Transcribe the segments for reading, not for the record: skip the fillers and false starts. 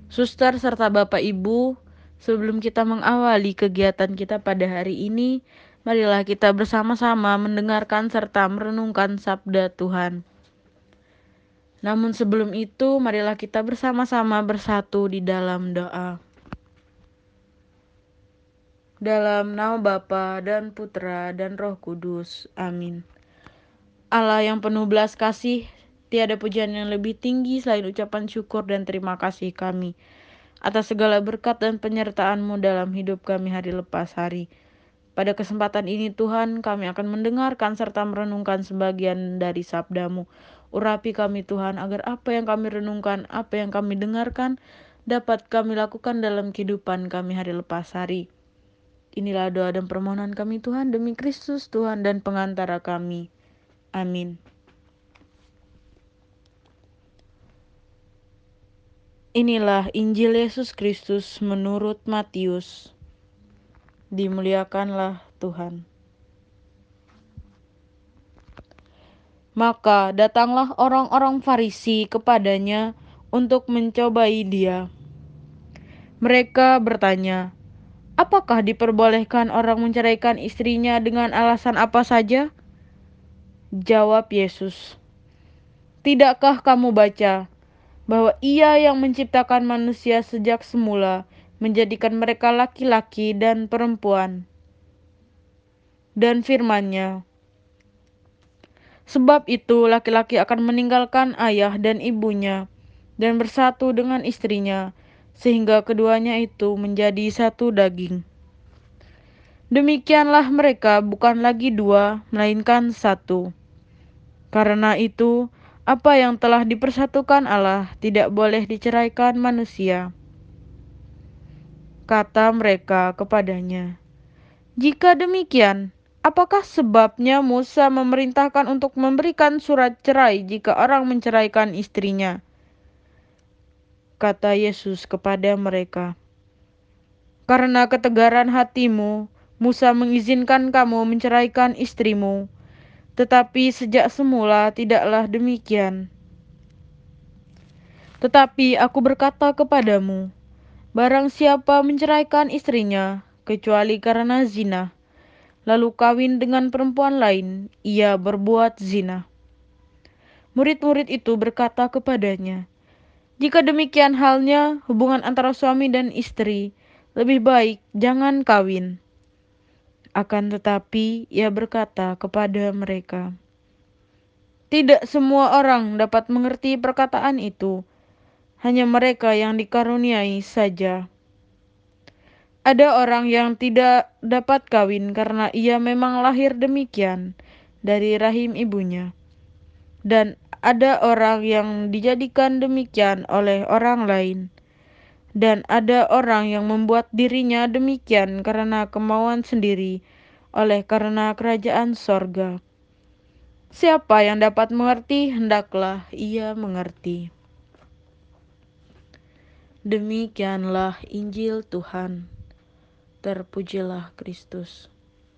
Suster serta Bapak Ibu, sebelum kita mengawali kegiatan kita pada hari ini, marilah kita bersama-sama mendengarkan serta merenungkan sabda Tuhan. Namun sebelum itu, marilah kita bersama-sama bersatu di dalam doa. Dalam nama Bapa dan Putra dan Roh Kudus. Amin. Allah yang penuh belas kasih, tiada pujian yang lebih tinggi selain ucapan syukur dan terima kasih kami atas segala berkat dan penyertaan-Mu dalam hidup kami hari lepas hari. Pada kesempatan ini Tuhan, kami akan mendengarkan serta merenungkan sebagian dari sabda-Mu. Urapi kami Tuhan, agar apa yang kami renungkan, apa yang kami dengarkan, dapat kami lakukan dalam kehidupan kami hari lepas hari. Inilah doa dan permohonan kami Tuhan, demi Kristus Tuhan dan pengantara kami. Amin. Inilah Injil Yesus Kristus menurut Matius. Dimuliakanlah Tuhan. Maka datanglah orang-orang Farisi kepadanya untuk mencobai dia. Mereka bertanya, apakah diperbolehkan orang menceraikan istrinya dengan alasan apa saja? Jawab Yesus, tidakkah kamu baca bahwa Ia yang menciptakan manusia sejak semula menjadikan mereka laki-laki dan perempuan? Dan firman-Nya, sebab itu laki-laki akan meninggalkan ayah dan ibunya dan bersatu dengan istrinya, sehingga keduanya itu menjadi satu daging. Demikianlah mereka bukan lagi dua, melainkan satu. Karena itu, apa yang telah dipersatukan Allah tidak boleh diceraikan manusia. Kata mereka kepadanya, jika demikian, apakah sebabnya Musa memerintahkan untuk memberikan surat cerai jika orang menceraikan istrinya? Kata Yesus kepada mereka, karena ketegaran hatimu, Musa mengizinkan kamu menceraikan istrimu, tetapi sejak semula tidaklah demikian. Tetapi aku berkata kepadamu, barang siapa menceraikan istrinya, kecuali karena zina, lalu kawin dengan perempuan lain, ia berbuat zina. Murid-murid itu berkata kepadanya, jika demikian halnya, hubungan antara suami dan istri, lebih baik jangan kawin. Akan tetapi ia berkata kepada mereka, tidak semua orang dapat mengerti perkataan itu, hanya mereka yang dikaruniai saja. Ada orang yang tidak dapat kawin karena ia memang lahir demikian dari rahim ibunya. Dan ada orang yang dijadikan demikian oleh orang lain. Dan ada orang yang membuat dirinya demikian karena kemauan sendiri, oleh karena kerajaan sorga. Siapa yang dapat mengerti, hendaklah ia mengerti. Demikianlah Injil Tuhan. Terpujilah Kristus.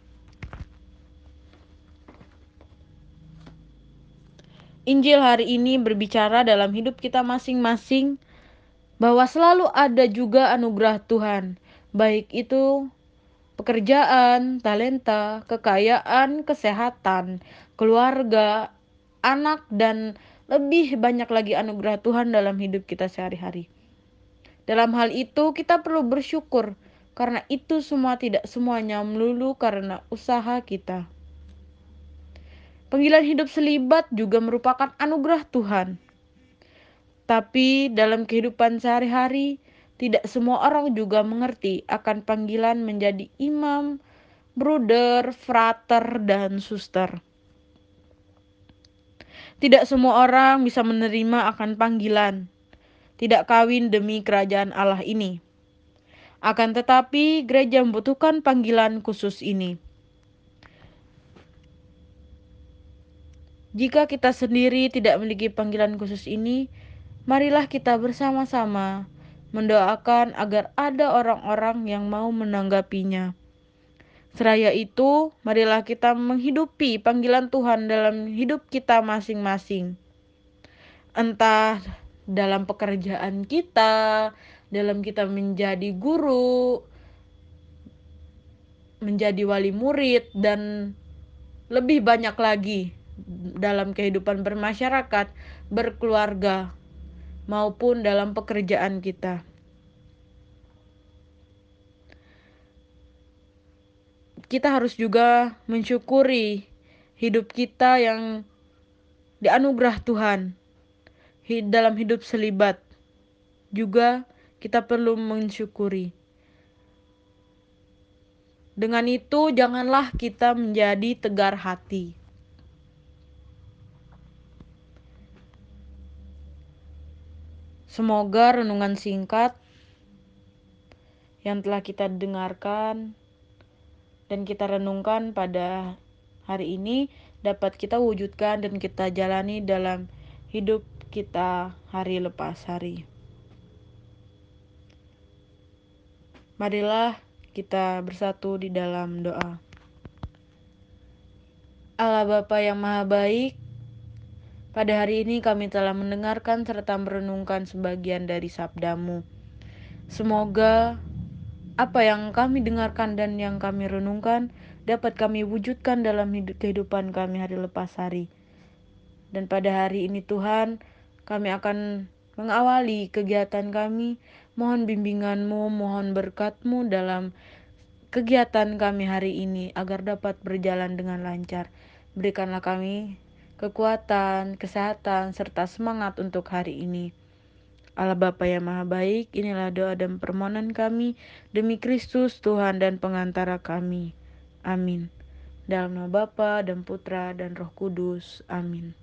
Injil hari ini berbicara dalam hidup kita masing-masing bahwa selalu ada juga anugerah Tuhan, baik itu pekerjaan, talenta, kekayaan, kesehatan, keluarga, anak, dan lebih banyak lagi anugerah Tuhan dalam hidup kita sehari-hari. Dalam hal itu kita perlu bersyukur karena itu semua tidak semuanya melulu karena usaha kita. Panggilan hidup selibat juga merupakan anugerah Tuhan. Tapi dalam kehidupan sehari-hari, tidak semua orang juga mengerti akan panggilan menjadi imam, bruder, frater, dan suster. Tidak semua orang bisa menerima akan panggilan tidak kawin demi kerajaan Allah ini. Akan tetapi, gereja membutuhkan panggilan khusus ini. Jika kita sendiri tidak memiliki panggilan khusus ini, marilah kita bersama-sama mendoakan agar ada orang-orang yang mau menanggapinya. Seraya itu, marilah kita menghidupi panggilan Tuhan dalam hidup kita masing-masing. Entah dalam pekerjaan kita, dalam kita menjadi guru, menjadi wali murid, dan lebih banyak lagi dalam kehidupan bermasyarakat, berkeluarga, maupun dalam pekerjaan kita. Kita harus juga mensyukuri hidup kita yang dianugerah Tuhan dalam hidup selibat. Juga kita perlu mensyukuri. Dengan itu janganlah kita menjadi tegar hati. Semoga renungan singkat yang telah kita dengarkan dan kita renungkan pada hari ini dapat kita wujudkan dan kita jalani dalam hidup kita hari lepas hari. Marilah kita bersatu di dalam doa. Allah Bapa yang Maha Baik, pada hari ini kami telah mendengarkan serta merenungkan sebagian dari sabda-Mu. Semoga apa yang kami dengarkan dan yang kami renungkan dapat kami wujudkan dalam kehidupan kami hari lepas hari. Dan pada hari ini Tuhan, kami akan mengawali kegiatan kami. Mohon bimbingan-Mu, mohon berkat-Mu dalam kegiatan kami hari ini agar dapat berjalan dengan lancar. Berikanlah kami kekuatan, kesehatan, serta semangat untuk hari ini. Allah Bapa yang Maha Baik, inilah doa dan permohonan kami demi Kristus Tuhan dan pengantara kami. Amin. Dalam nama Bapa dan Putra dan Roh Kudus. Amin.